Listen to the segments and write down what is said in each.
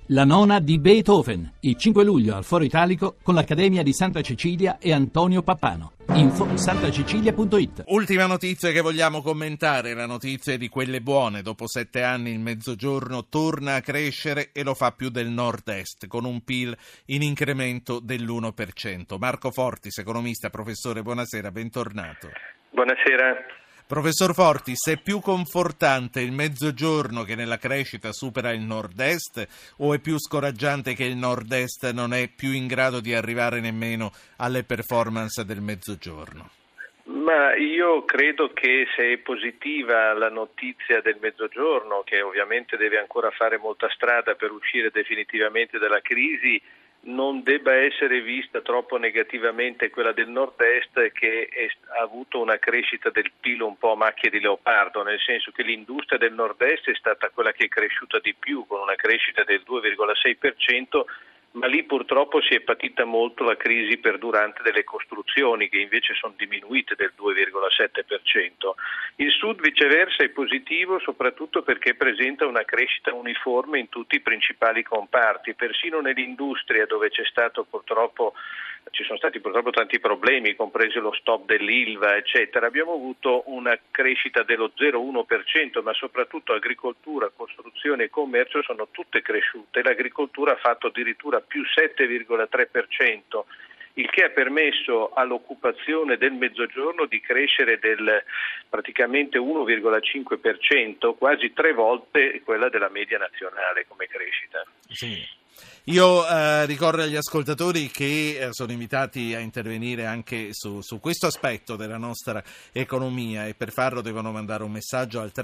La nona di Beethoven, il 5 luglio al Foro Italico con l'Accademia di Santa Cecilia e Antonio Pappano. Info santacecilia.it. Ultima notizia che vogliamo commentare, la notizia di quelle buone. Dopo 7 anni il Mezzogiorno torna a crescere e lo fa più del Nord-Est, con un PIL in incremento dell'1%. Marco Fortis, economista, professore, buonasera, bentornato. Buonasera. Professor Fortis, è più confortante il Mezzogiorno che nella crescita supera il Nord-Est o è più scoraggiante che il Nord-Est non è più in grado di arrivare nemmeno alle performance del Mezzogiorno? Ma io credo che se è positiva la notizia del Mezzogiorno, che ovviamente deve ancora fare molta strada per uscire definitivamente dalla crisi, non debba essere vista troppo negativamente quella del Nord-Est, che ha avuto una crescita del PIL un po' a macchia di leopardo, nel senso che l'industria del Nord-Est è stata quella che è cresciuta di più, con una crescita del 2,6%, ma lì purtroppo si è patita molto la crisi perdurante delle costruzioni, che invece sono diminuite del 2,7%. Il Sud viceversa è positivo soprattutto perché presenta una crescita uniforme in tutti i principali comparti, persino nell'industria, dove ci sono stati purtroppo tanti problemi, compreso lo stop dell'Ilva, eccetera. Abbiamo avuto una crescita dello 0,1%, ma soprattutto agricoltura, costruzione e commercio sono tutte cresciute. L'agricoltura ha fatto addirittura più 7,3%, il che ha permesso all'occupazione del Mezzogiorno di crescere del praticamente 1,5%, quasi 3 volte quella della media nazionale come crescita. Sì. Io ricordo agli ascoltatori che sono invitati a intervenire anche su questo aspetto della nostra economia, e per farlo devono mandare un messaggio al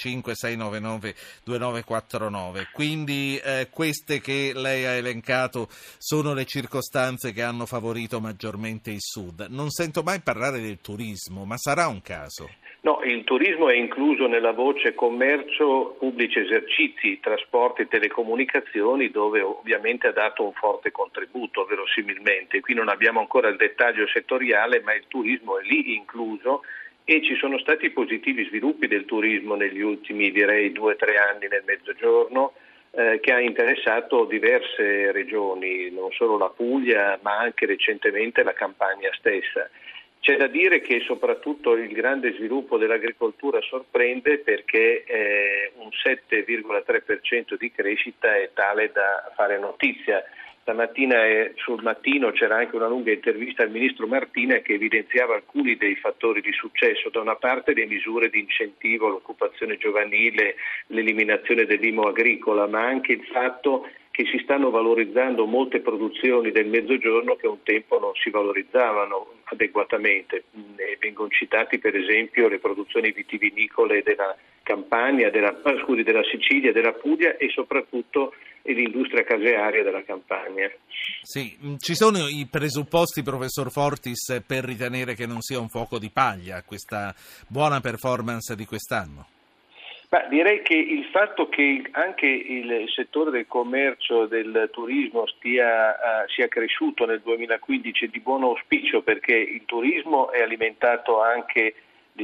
335-699-2949. Quindi queste che lei ha elencato sono le circostanze che hanno favorito maggiormente il Sud. Non sento mai parlare del turismo, ma sarà un caso? No, il turismo è incluso nella voce commercio, pubblici esercizi, trasporti, telecomunicazioni, dove ovviamente ha dato un forte contributo, verosimilmente. Qui non abbiamo ancora il dettaglio settoriale, ma il turismo è lì incluso e ci sono stati positivi sviluppi del turismo negli ultimi, direi, 2 o 3 anni nel Mezzogiorno, che ha interessato diverse regioni, non solo la Puglia, ma anche recentemente la Campania stessa. C'è da dire che soprattutto il grande sviluppo dell'agricoltura sorprende, perché un 7,3% di crescita è tale da fare notizia. Stamattina sul Mattino c'era anche una lunga intervista al ministro Martina che evidenziava alcuni dei fattori di successo. Da una parte le misure di incentivo all'occupazione giovanile, l'eliminazione dell'IMU agricola, ma anche il fatto che si stanno valorizzando molte produzioni del Mezzogiorno che un tempo non si valorizzavano adeguatamente. Vengono citati per esempio le produzioni vitivinicole della Campania, della Sicilia, della Puglia e soprattutto l'industria casearia della Campania. Sì, ci sono i presupposti, professor Fortis, per ritenere che non sia un fuoco di paglia questa buona performance di quest'anno? Ma direi che il fatto che anche il settore del commercio e del turismo sia cresciuto nel 2015 è di buon auspicio, perché il turismo è alimentato anche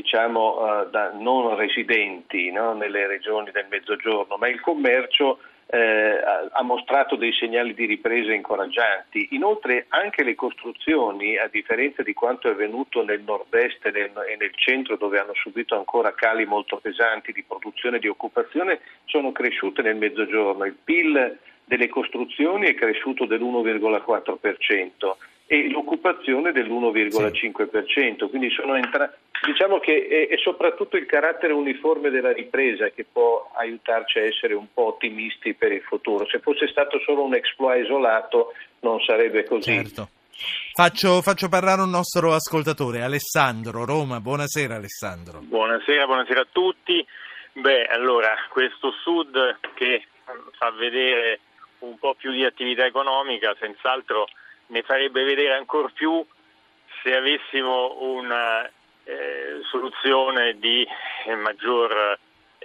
da non residenti, no? Nelle regioni del Mezzogiorno, ma il commercio ha mostrato dei segnali di ripresa incoraggianti. Inoltre anche le costruzioni, a differenza di quanto è avvenuto nel nord-est e nel centro, dove hanno subito ancora cali molto pesanti di produzione e di occupazione, sono cresciute nel Mezzogiorno. Il PIL delle costruzioni è cresciuto dell'1,4% e l'occupazione dell'1,5%, quindi diciamo che è soprattutto il carattere uniforme della ripresa che può aiutarci a essere un po' ottimisti per il futuro. Se fosse stato solo un exploit isolato non sarebbe così. Certo. Faccio parlare un nostro ascoltatore, Alessandro, Roma. Buonasera Alessandro. Buonasera a tutti. Allora, questo Sud che fa vedere un po' più di attività economica, senz'altro ne farebbe vedere ancor più se avessimo una soluzione di maggior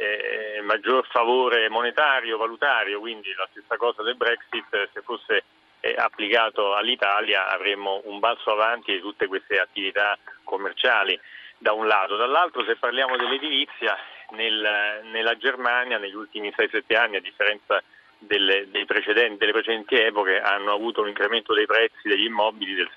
favore monetario, valutario, quindi la stessa cosa del Brexit. Se fosse applicato all'Italia avremmo un balzo avanti di tutte queste attività commerciali da un lato. Dall'altro, se parliamo dell'edilizia, nella Germania negli ultimi 6-7 anni, a differenza delle precedenti epoche hanno avuto un incremento dei prezzi degli immobili del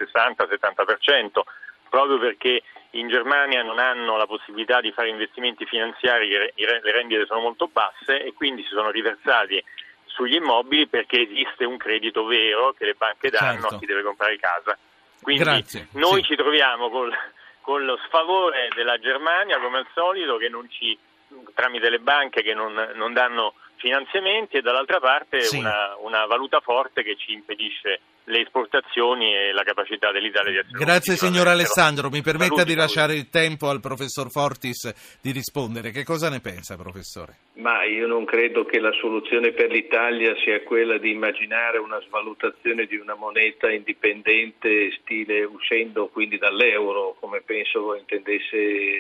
60-70%, proprio perché in Germania non hanno la possibilità di fare investimenti finanziari, le rendite sono molto basse e quindi si sono riversati sugli immobili perché esiste un credito vero che le banche danno a chi deve comprare casa. Quindi noi ci troviamo con lo sfavore della Germania, come al solito, che tramite le banche che non danno finanziamenti, e dall'altra parte una valuta forte che ci impedisce le esportazioni e la capacità dell'Italia di essere. Grazie signor Alessandro, mi permetta di lasciare il tempo al professor Fortis di rispondere. Che cosa ne pensa, professore? Ma io non credo che la soluzione per l'Italia sia quella di immaginare una svalutazione di una moneta indipendente, stile uscendo quindi dall'euro, come penso intendesse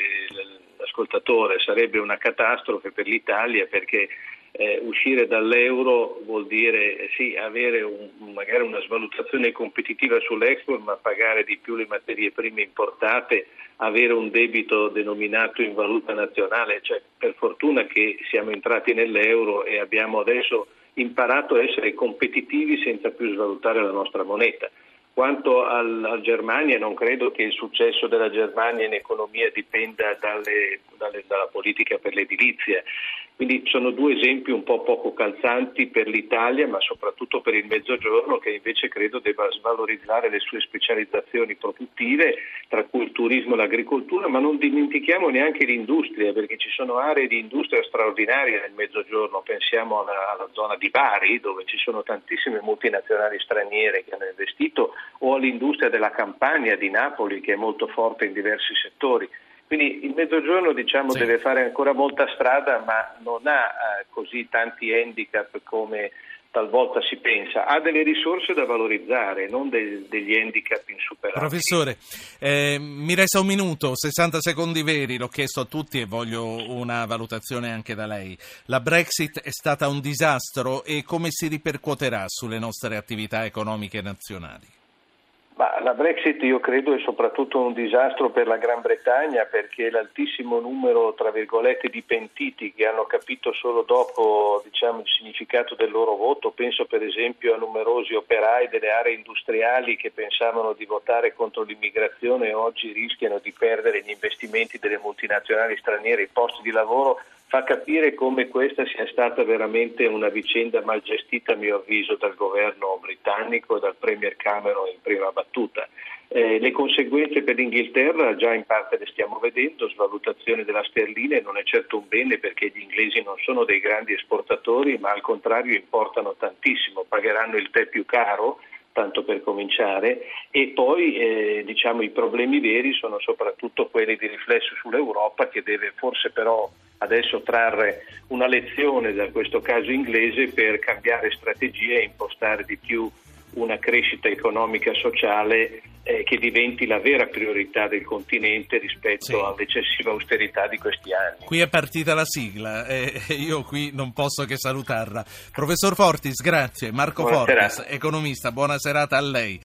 l'ascoltatore. Sarebbe una catastrofe per l'Italia, perché uscire dall'euro vuol dire avere magari una svalutazione competitiva sull'export, ma pagare di più le materie prime importate, avere un debito denominato in valuta nazionale. Cioè, per fortuna che siamo entrati nell'euro e abbiamo adesso imparato a essere competitivi senza più svalutare la nostra moneta. Quanto alla Germania, non credo che il successo della Germania in economia dipenda dalla politica per l'edilizia. Quindi sono due esempi un po' poco calzanti per l'Italia, ma soprattutto per il Mezzogiorno, che invece credo debba svalorizzare le sue specializzazioni produttive, tra cui il turismo e l'agricoltura, ma non dimentichiamo neanche l'industria, perché ci sono aree di industria straordinarie nel Mezzogiorno. Pensiamo alla zona di Bari, dove ci sono tantissime multinazionali straniere che hanno investito, o all'industria della Campania di Napoli, che è molto forte in diversi settori. Quindi il Mezzogiorno deve fare ancora molta strada, ma non ha così tanti handicap come talvolta si pensa. Ha delle risorse da valorizzare, non degli handicap insuperabili. Professore, mi resta un minuto, 60 secondi veri, l'ho chiesto a tutti e voglio una valutazione anche da lei. La Brexit è stata un disastro e come si ripercuoterà sulle nostre attività economiche nazionali? Ma la Brexit io credo è soprattutto un disastro per la Gran Bretagna, perché l'altissimo numero, tra virgolette, di pentiti che hanno capito solo dopo il significato del loro voto. Penso per esempio a numerosi operai delle aree industriali che pensavano di votare contro l'immigrazione e oggi rischiano di perdere gli investimenti delle multinazionali straniere, i posti di lavoro. Fa capire come questa sia stata veramente una vicenda mal gestita, a mio avviso, dal governo britannico e dal Premier Cameron in prima battuta. Le conseguenze per l'Inghilterra già in parte le stiamo vedendo, svalutazione della sterlina, e non è certo un bene, perché gli inglesi non sono dei grandi esportatori, ma al contrario importano tantissimo, pagheranno il tè più caro, tanto per cominciare, e poi i problemi veri sono soprattutto quelli di riflesso sull'Europa, che deve forse però adesso trarre una lezione da questo caso inglese per cambiare strategie e impostare di più una crescita economica e sociale che diventi la vera priorità del continente rispetto all'eccessiva austerità di questi anni. Qui è partita la sigla e io qui non posso che salutarla. Professor Fortis, grazie. Marco Fortis, economista, buona serata a lei.